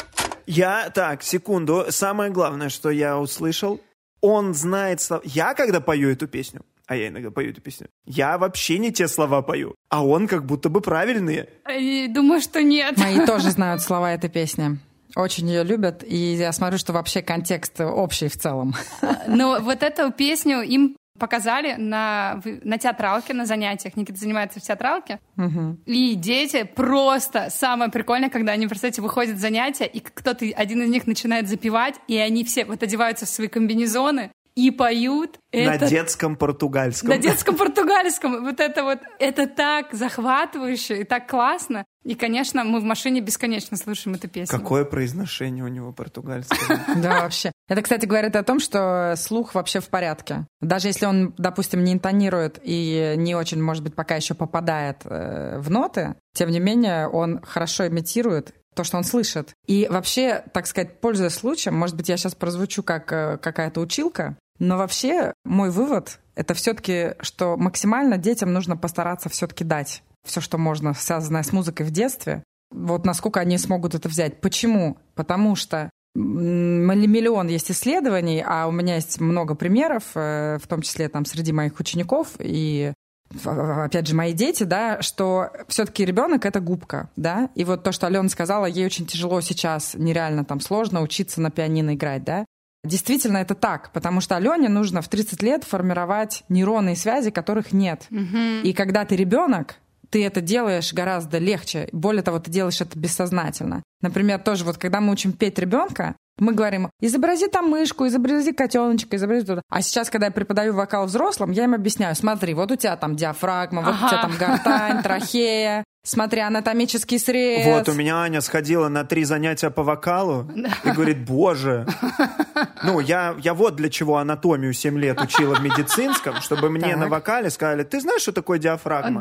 Так, секунду. Самое главное, что я услышал, он знает слова. Я когда пою эту песню, а я иногда пою эту песню, я вообще не те слова пою, а он как будто бы правильные. Думаю, что нет. Мои тоже знают слова этой песни. Очень ее любят, и я смотрю, что вообще контекст общий в целом. Но вот эту песню им показали на театралке, на занятиях. Никита занимается в театралке. Угу. И дети просто... Самое прикольное, когда они, представьте, выходят с занятия, и кто-то, один из них начинает запевать, и они все вот одеваются в свои комбинезоны и поют. На детском португальском. На детском португальском. Вот это так захватывающе и так классно. И, конечно, мы в машине бесконечно слушаем эту песню. Какое произношение у него португальское. Да, вообще. Это, кстати, говорит о том, что слух вообще в порядке. Даже если он, допустим, не интонирует и не очень, может быть, пока еще попадает в ноты, тем не менее, он хорошо имитирует то, что он слышит. И вообще, так сказать, пользуясь случаем, может быть, я сейчас прозвучу как какая-то училка, но вообще мой вывод — это все-таки, что максимально детям нужно постараться все-таки дать все, что можно, связанное с музыкой в детстве. Вот насколько они смогут это взять. Почему? Потому что миллион есть исследований, а у меня есть много примеров, в том числе там среди моих учеников и, опять же, мои дети, да, что все-таки ребенок — это губка, да. И вот то, что Алена сказала, ей очень тяжело сейчас, нереально там сложно учиться на пианино играть, да. Действительно, это так, потому что Алене нужно в 30 лет формировать нейронные связи, которых нет. Mm-hmm. И когда ты ребенок, ты это делаешь гораздо легче. Более того, ты делаешь это бессознательно. Например, тоже вот когда мы учим петь ребенка, мы говорим: изобрази там мышку, изобрази котеночка, изобрази туда. А сейчас, когда я преподаю вокал взрослым, я им объясняю: смотри, вот у тебя там диафрагма, вот у тебя там гортань, трахея. смотри, анатомический срез. Вот, у меня Аня сходила на 3 занятия по вокалу и говорит, боже, ну, я вот для чего анатомию 7 лет учила в медицинском, чтобы мне на вокале сказали, ты знаешь, что такое диафрагма?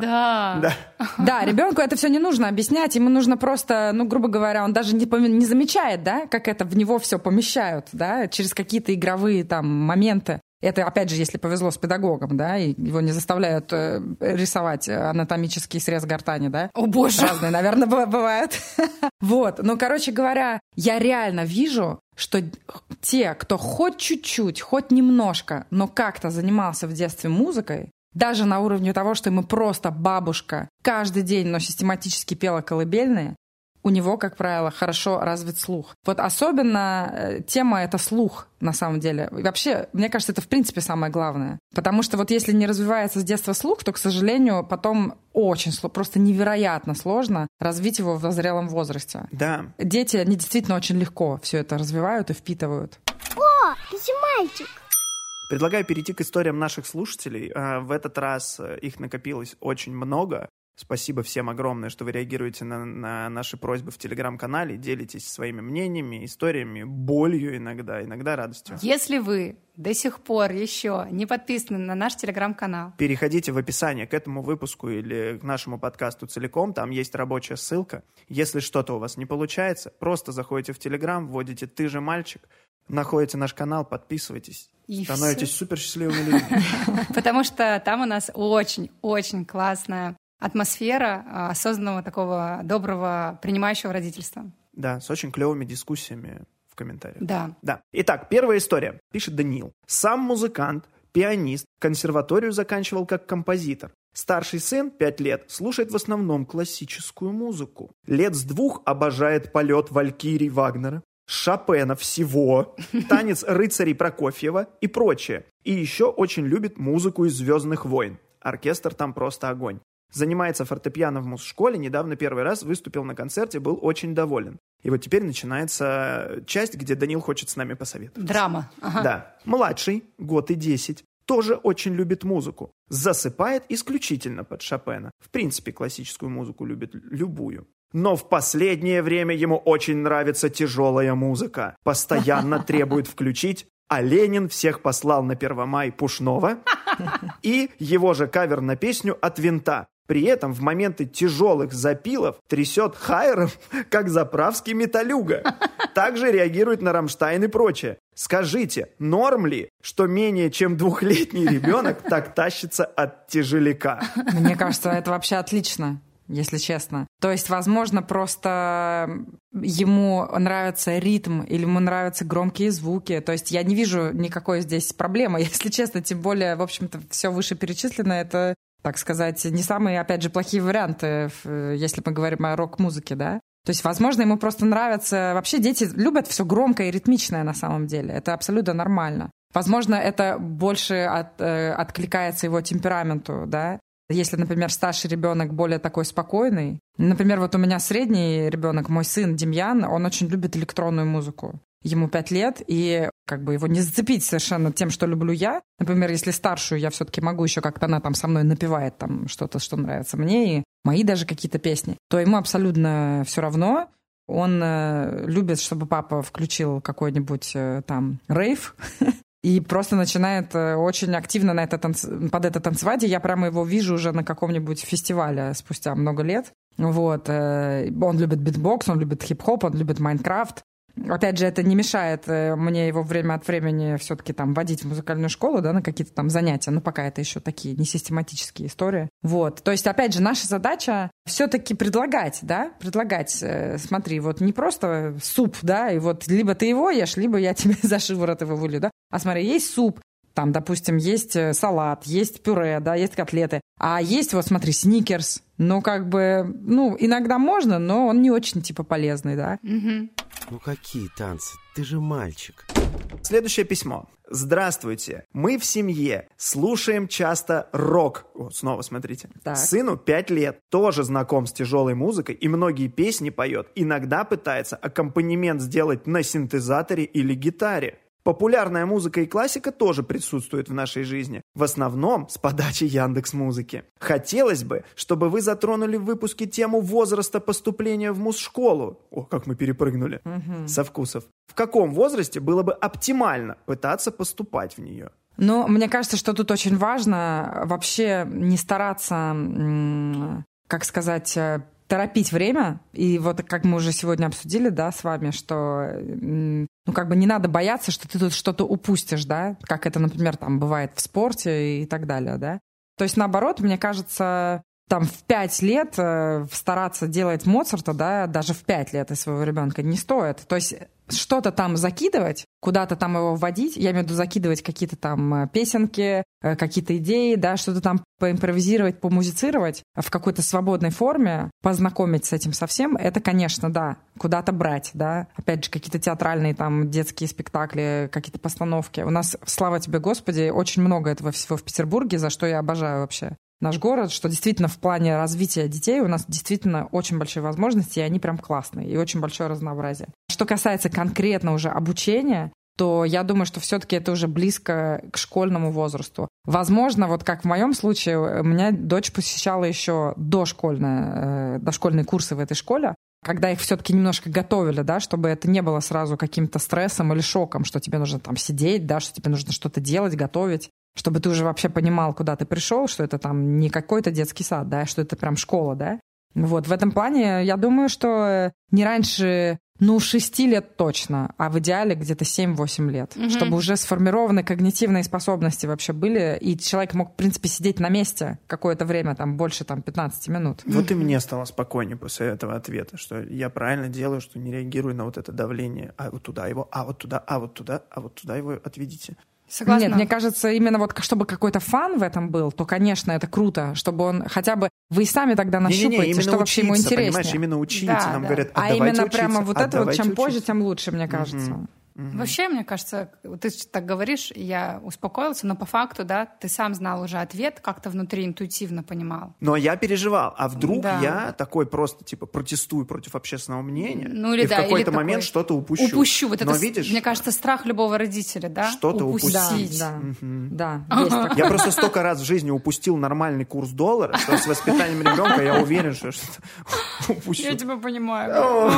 Да, ребенку это все не нужно объяснять, ему нужно просто, ну, грубо говоря, он даже не замечает, да, как это в него все помещают, да, через какие-то игровые там моменты. Это, опять же, если повезло с педагогом, да, и его не заставляют рисовать анатомический срез гортани, да. О, боже! Разные, наверное, бывают. Вот, ну, короче говоря, я реально вижу, что те, кто хоть чуть-чуть, хоть немножко, но как-то занимался в детстве музыкой, даже на уровне того, что ему просто бабушка каждый день, но систематически пела колыбельные, у него, как правило, хорошо развит слух. Вот особенно тема — это слух, на самом деле. И вообще, мне кажется, это в принципе самое главное. Потому что вот если не развивается с детства слух, то, к сожалению, потом очень просто невероятно сложно развить его в зрелом возрасте. Да. Дети, они действительно очень легко все это развивают и впитывают. О, это мальчик. Предлагаю перейти к историям наших слушателей. В этот раз их накопилось очень много. Спасибо всем огромное, что вы реагируете на наши просьбы в Телеграм-канале, делитесь своими мнениями, историями, болью иногда радостью. Если вы до сих пор еще не подписаны на наш Телеграм-канал, переходите в описание к этому выпуску или к нашему подкасту целиком, там есть рабочая ссылка. Если что-то у вас не получается, просто заходите в Телеграм, вводите «Ты же мальчик», находите наш канал, подписывайтесь. И становитесь супер счастливыми людьми. Потому что там у нас очень-очень классная атмосфера осознанного такого доброго принимающего родительства. Да, с очень клевыми дискуссиями в комментариях. Да. Итак, первая история. Пишет Даниил. Сам музыкант, пианист, консерваторию заканчивал как композитор. Старший сын, 5 лет, слушает в основном классическую музыку. Лет с 2 обожает полет Валькирий Вагнера, Шопена всего, танец рыцарей Прокофьева и прочее. И еще очень любит музыку из «Звездных войн». Оркестр там просто огонь. Занимается фортепиано в музшколе, недавно первый раз выступил на концерте, был очень доволен. И вот теперь начинается часть, где Данил хочет с нами посоветоваться. Драма. Ага. Да. Младший, год и 10, тоже очень любит музыку. Засыпает исключительно под Шопена. В принципе, классическую музыку любит любую. Но в последнее время ему очень нравится тяжелая музыка. Постоянно требует включить «А Ленин всех послал на Первомай» Пушного и его же кавер на песню «От винта». При этом в моменты тяжелых запилов трясет хайером, как заправский металюга. Также реагирует на Рамштайн и прочее. Скажите, норм ли, что менее чем 2-летний ребенок так тащится от тяжеляка? Мне кажется, это вообще отлично, если честно. То есть, возможно, просто ему нравится ритм или ему нравятся громкие звуки. То есть я не вижу никакой здесь проблемы, если честно. Тем более, в общем-то, все вышеперечисленное — это, так сказать, не самые, опять же, плохие варианты, если мы говорим о рок-музыке, да? То есть, возможно, ему просто нравится... Вообще дети любят все громкое и ритмичное на самом деле. Это абсолютно нормально. Возможно, это больше откликается его темпераменту, да? Если, например, старший ребенок более такой спокойный. Например, вот у меня средний ребенок, мой сын Демьян, он очень любит электронную музыку. Ему 5 лет, и как бы его не зацепить совершенно тем, что люблю я. Например, если старшую я все-таки могу еще как-то, она там со мной напевает там что-то, что нравится мне, и мои даже какие-то песни, то ему абсолютно все равно. Он любит, чтобы папа включил какой-нибудь там рейв, и просто начинает очень активно под это танцевать. И я прямо его вижу уже на каком-нибудь фестивале спустя много лет. Вот. Он любит битбокс, он любит хип-хоп, он любит Майнкрафт. Опять же, это не мешает мне его время от времени все-таки там водить в музыкальную школу, да, на какие-то там занятия. Но пока это еще такие несистематические истории. Вот. То есть, опять же, наша задача все-таки предлагать, да, смотри, вот не просто суп, да, и вот либо ты его ешь, либо я тебе за шиворот его вылью, да. А смотри, есть суп, там, допустим, есть салат, есть пюре, да, есть котлеты. А есть, вот смотри, сникерс. Ну, как бы, иногда можно, но он не очень, типа, полезный, да. Угу. Ну, какие танцы? Ты же мальчик. Следующее письмо. Здравствуйте. Мы в семье слушаем часто рок. О, снова смотрите. Так. Сыну 5 лет. Тоже знаком с тяжелой музыкой и многие песни поет. Иногда пытается аккомпанемент сделать на синтезаторе или гитаре. Популярная музыка и классика тоже присутствуют в нашей жизни. В основном с подачи Яндекс.Музыки. Хотелось бы, чтобы вы затронули в выпуске тему возраста поступления в музшколу. О, как мы перепрыгнули. Со вкусов. В каком возрасте было бы оптимально пытаться поступать в нее? Ну, мне кажется, что тут очень важно вообще не стараться, как сказать, торопить время. И вот как мы уже сегодня обсудили, да, с вами, что ну, как бы не надо бояться, что ты тут что-то упустишь, да, как это, например, там бывает в спорте и так далее, да. То есть, наоборот, мне кажется, там в 5 лет стараться делать Моцарта, да, даже в 5 лет из своего ребенка не стоит. То есть что-то там закидывать, куда-то там его вводить, я имею в виду закидывать какие-то там песенки, какие-то идеи, да, что-то там поимпровизировать, помузицировать в какой-то свободной форме, познакомить с этим совсем, это, конечно, да, куда-то брать, да. Опять же, какие-то театральные там детские спектакли, какие-то постановки. У нас, слава тебе, Господи, очень много этого всего в Петербурге, за что я обожаю вообще наш город, что действительно в плане развития детей у нас действительно очень большие возможности, и они прям классные, и очень большое разнообразие. Что касается конкретно уже обучения, то я думаю, что все-таки это уже близко к школьному возрасту. Возможно, вот как в моем случае, у меня дочь посещала еще дошкольные курсы в этой школе, когда их все-таки немножко готовили, да, чтобы это не было сразу каким-то стрессом или шоком, что тебе нужно там сидеть, да, что тебе нужно что-то делать, готовить, чтобы ты уже вообще понимал, куда ты пришел, что это там не какой-то детский сад, да, что это прям школа, да. Вот в этом плане я думаю, что не раньше, 6 лет точно, а в идеале где-то 7-8 лет, чтобы уже сформированы когнитивные способности вообще были, и человек мог, в принципе, сидеть на месте какое-то время, там, больше 15 минут. Вот и мне стало спокойнее после этого ответа, что я правильно делаю, что не реагирую на вот это давление. А вот туда его, а вот туда, а вот туда, а вот туда его отведите. Согласна. Нет, мне кажется, именно вот чтобы какой-то фан в этом был, то, конечно, это круто, чтобы он хотя бы... Вы и сами тогда нащупаете, что вообще ему интереснее. Понимаешь, именно учиться. Нам говорят, а именно учиться, прямо вот это вот, чем учиться. позже, тем лучше, мне кажется. Вообще, мне кажется, ты так говоришь, я успокоился, но по факту, да, ты сам знал уже ответ, как-то внутри интуитивно понимал. Но я переживал, а вдруг я такой просто, протестую против общественного мнения, или в какой-то момент что-то упущу. Упущу. Вот но это, видишь, мне кажется, страх любого родителя, да? Что-то упустить. Да, есть такое. Я просто столько раз в жизни упустил нормальный курс доллара, что с воспитанием ребенка я уверен, что что-то упущу. Я тебя понимаю.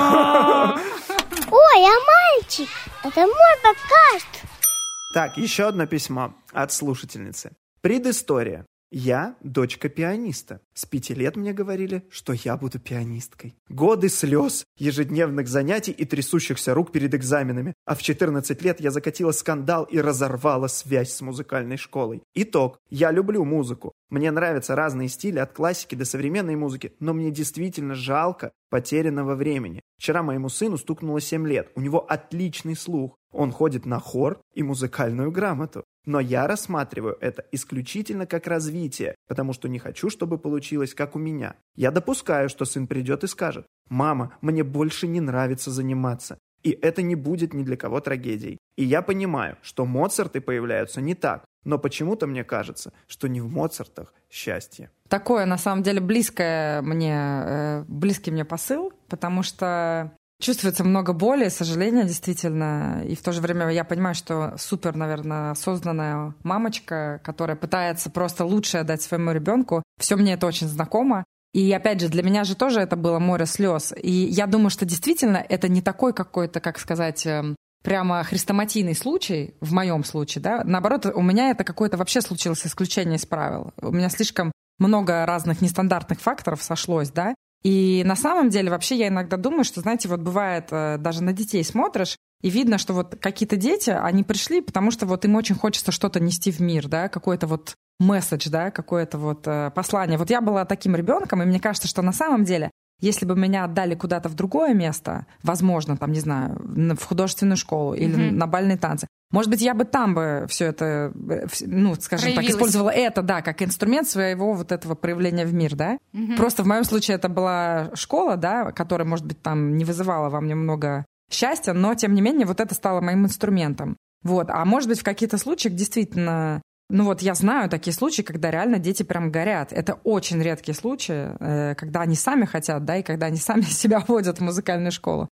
Ой, а мальчик, это мой подкаст. Так, еще одно письмо от слушательницы. Предыстория. Я дочка пианиста. С 5 лет мне говорили, что я буду пианисткой. Годы слез, ежедневных занятий и трясущихся рук перед экзаменами. А в 14 лет я закатила скандал и разорвала связь с музыкальной школой. Итог. Я люблю музыку. Мне нравятся разные стили, от классики до современной музыки, но мне действительно жалко потерянного времени. Вчера моему сыну стукнуло 7 лет. У него отличный слух. Он ходит на хор и музыкальную грамоту. Но я рассматриваю это исключительно как развитие, потому что не хочу, чтобы получилось как у меня. Я допускаю, что сын придет и скажет: «Мама, мне больше не нравится заниматься». И это не будет ни для кого трагедией. И я понимаю, что Моцарты появляются не так, но почему-то мне кажется, что не в Моцартах счастье. Такое, на самом деле, близкий мне посыл, потому что чувствуется много боли, сожаления, действительно. И в то же время я понимаю, что супер, наверное, осознанная мамочка, которая пытается просто лучшее дать своему ребенку. Все мне это очень знакомо. И опять же, для меня же тоже это было море слез. И я думаю, что действительно это не такой какой-то, как сказать, прямо хрестоматийный случай, в моем случае, да. Наоборот, у меня это какое-то вообще случилось исключение из правил. У меня слишком много разных нестандартных факторов сошлось, да. И на самом деле вообще я иногда думаю, что, знаете, вот бывает, даже на детей смотришь, и видно, что вот какие-то дети, они пришли, потому что вот им очень хочется что-то нести в мир, да, какой-то вот месседж, да, какое-то вот послание. Вот я была таким ребенком, и мне кажется, что на самом деле, если бы меня отдали куда-то в другое место, возможно, там, не знаю, в художественную школу или на бальные танцы, может быть, я бы там бы все это, ну, скажем так, использовала это, да, как инструмент своего вот этого проявления в мир, да. Просто в моем случае это была школа, да, которая, может быть, там не вызывала во мне много счастья, но, тем не менее, вот это стало моим инструментом. Вот. А может быть, в каких-то случаях действительно... Ну вот я знаю такие случаи, когда реально дети прям горят. Это очень редкие случаи, когда они сами хотят, да, и когда они сами себя водят в музыкальную школу.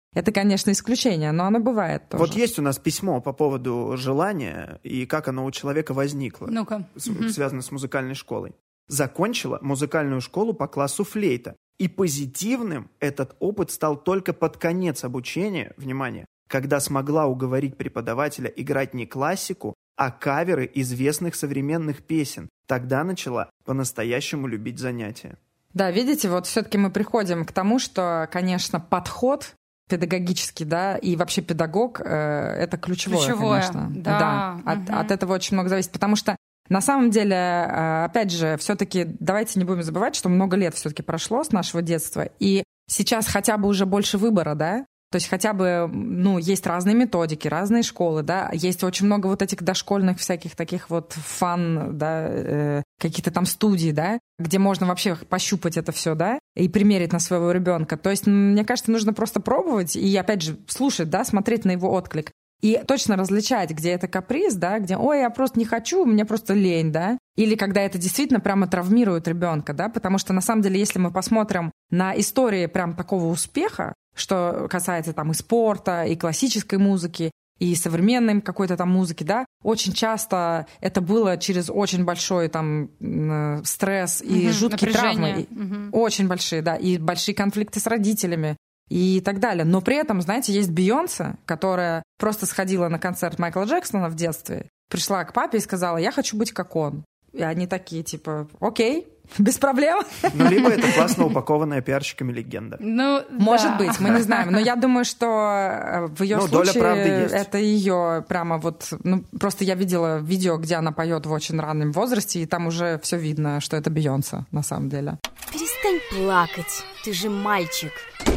Это, конечно, исключение, но оно бывает тоже. Вот есть у нас письмо по поводу желания и как оно у человека возникло. Ну-ка. Связано с музыкальной школой. Закончила музыкальную школу по классу флейта. И позитивным этот опыт стал только под конец обучения, внимание, когда смогла уговорить преподавателя играть не классику, а каверы известных современных песен. Тогда начала по-настоящему любить занятия. Да, видите, вот все-таки мы приходим к тому, что, конечно, подход педагогический, да, и вообще педагог это ключевое, конечно. Да. От этого очень много зависит, потому что на самом деле, опять же, все-таки давайте не будем забывать, что много лет все-таки прошло с нашего детства, и сейчас хотя бы уже больше выбора, да, то есть хотя бы, есть разные методики, разные школы, да, есть очень много вот этих дошкольных всяких таких вот фан, да, каких-то там студий, да, где можно вообще пощупать это все, да, и примерить на своего ребенка. То есть, мне кажется, нужно просто пробовать и, опять же, слушать, да, смотреть на его отклик. И точно различать, где это каприз, да, где, ой, я просто не хочу, мне просто лень, да, или когда это действительно прямо травмирует ребенка, да, потому что на самом деле, если мы посмотрим на истории прям такого успеха, что касается там и спорта, и классической музыки, и современной какой-то там музыки, да, очень часто это было через очень большой там стресс и жуткие травмы, очень большие, да, и большие конфликты с родителями, и так далее. Но при этом, знаете, есть Бейонсе, которая просто сходила на концерт Майкла Джексона в детстве, пришла к папе и сказала, я хочу быть как он. И они такие, типа, окей, без проблем. Либо это классно упакованная пиарщиками легенда. Может быть, мы не знаем. Но я думаю, что в ее случае это ее прямо вот... просто я видела видео, где она поет в очень раннем возрасте, и там уже все видно, что это Бейонсе на самом деле. Перестань плакать, ты же мальчик.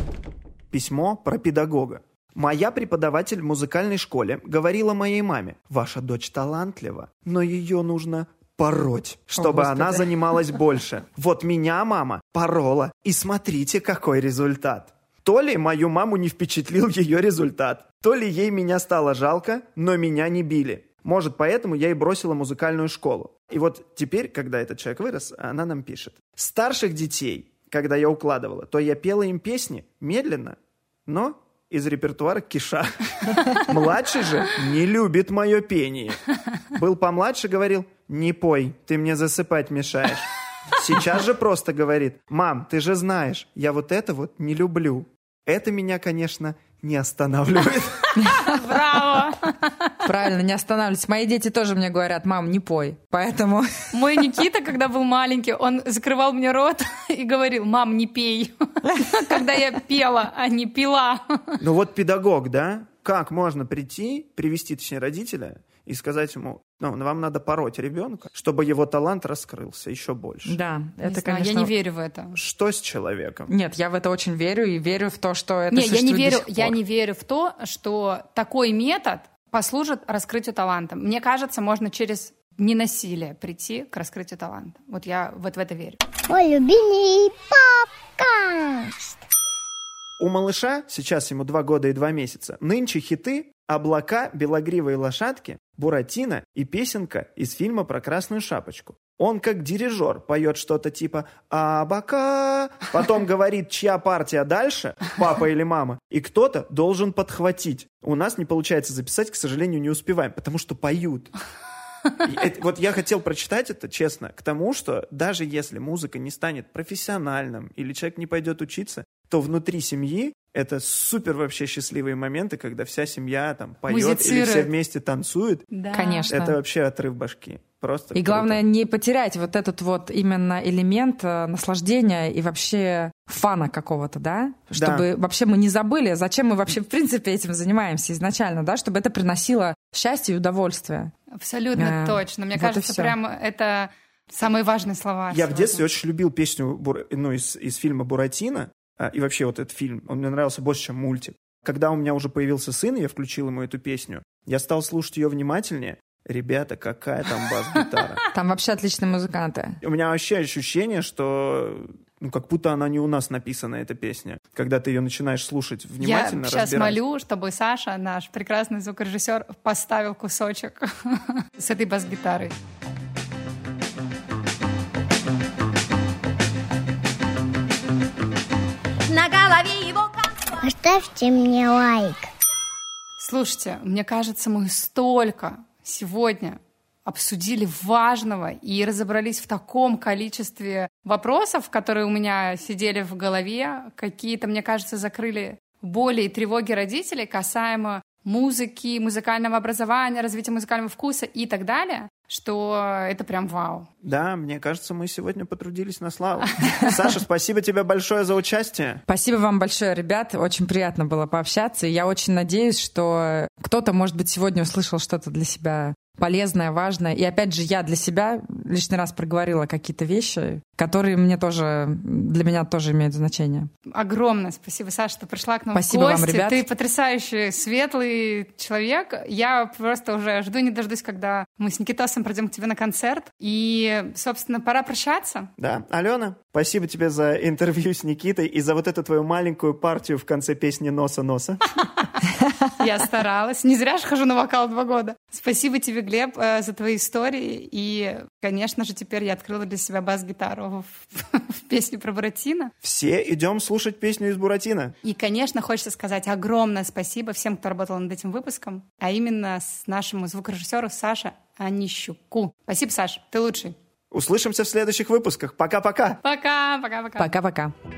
Письмо про педагога. Моя преподаватель в музыкальной школе говорила моей маме, ваша дочь талантлива, но ее нужно пороть, чтобы она занималась больше. Вот меня мама порола, и смотрите, какой результат. То ли мою маму не впечатлил ее результат, то ли ей меня стало жалко, но меня не били. Может, поэтому я и бросила музыкальную школу. И вот теперь, когда этот человек вырос, она нам пишет. Старших детей, когда я укладывала, то я пела им песни медленно, но из репертуара киша. Младший же не любит мое пение. Был помладше, говорил, не пой, ты мне засыпать мешаешь. Сейчас же просто говорит, мам, ты же знаешь, я вот это вот не люблю. Это меня, конечно, не останавливает. Браво! Правильно, не останавливайтесь. Мои дети тоже мне говорят, мам, не пой, поэтому... Мой Никита, когда был маленький, он закрывал мне рот и говорил, мам, не пей. Когда я пела, а не пила. Ну вот педагог, да? Как можно привести, точнее, родителя и сказать ему, вам надо пороть ребенка, чтобы его талант раскрылся еще больше. Да, это, знаю, конечно... Я не верю в это. Что с человеком? Нет, я в это очень верю и верю в то, что это существует до сих пор. Я не верю в то, что такой метод послужит раскрытию таланта. Мне кажется, можно через ненасилие прийти к раскрытию таланта. Вот я вот в это верю. Мой любимый подкаст. У малыша, сейчас ему 2 года и 2 месяца, нынче хиты «Облака», «Белогривые лошадки», «Буратино» и песенка из фильма про Красную Шапочку. Он как дирижер поет что-то типа «Абака», потом говорит, чья партия дальше, папа или мама, и кто-то должен подхватить. У нас не получается записать, к сожалению, не успеваем, потому что поют. Вот я хотел прочитать это, честно, к тому, что даже если музыка не станет профессиональным или человек не пойдет учиться, то внутри семьи это супер вообще счастливые моменты, когда вся семья там поет или все вместе танцуют. Да. Конечно. Это вообще отрыв башки. Просто и круто. главное не потерять вот этот вот именно элемент наслаждения и вообще фана какого-то, да? Чтобы вообще мы не забыли, зачем мы вообще в принципе этим занимаемся изначально, да? Чтобы это приносило счастье и удовольствие. Абсолютно точно. Мне кажется, прям это самые важные слова. Я в детстве очень любил песню из фильма «Буратино». И вообще вот этот фильм, он мне нравился больше, чем мультик. Когда у меня уже появился сын, и я включил ему эту песню, я стал слушать ее внимательнее. Ребята, какая там бас-гитара. Там вообще отличные музыканты. У меня вообще ощущение, что как будто она не у нас написана, эта песня. Когда ты ее начинаешь слушать внимательно, я сейчас разбирать. молю, чтобы Саша, наш прекрасный звукорежиссер, поставил кусочек с этой бас-гитарой. На голове его ставьте мне лайк. Слушайте, мне кажется, мы столько сегодня обсудили важного и разобрались в таком количестве вопросов, которые у меня сидели в голове. Какие-то, мне кажется, закрыли боли и тревоги родителей касаемо музыки, музыкального образования, развития музыкального вкуса и так далее, что это прям вау. Да, мне кажется, мы сегодня потрудились на славу. Саша, спасибо тебе большое за участие. Спасибо вам большое, ребят. Очень приятно было пообщаться. И я очень надеюсь, что кто-то, может быть, сегодня услышал что-то для себя полезное, важное. И опять же, я для себя лишний раз проговорила какие-то вещи, которые для меня тоже имеют значение. Огромное спасибо, Саша, что пришла к нам спасибо в гости. Вам, ребят. Ты потрясающий, светлый человек. Я просто уже жду не дождусь, когда мы с Никитосом пройдем к тебе на концерт. И, собственно, пора прощаться. Да. Алена, спасибо тебе за интервью с Никитой и за вот эту твою маленькую партию в конце песни «Носа-носа». Я старалась. Не зря же хожу на вокал 2 года. Спасибо тебе, Глеб, за твои истории. И, конечно же, теперь я открыла для себя бас-гитару в песне про Буратино. Все идем слушать песню из Буратино. И, конечно, хочется сказать огромное спасибо всем, кто работал над этим выпуском, а именно нашему звукорежиссеру Саше Онищуку. Спасибо, Саш, ты лучший. Услышимся в следующих выпусках. Пока-пока. Пока-пока-пока. Пока-пока.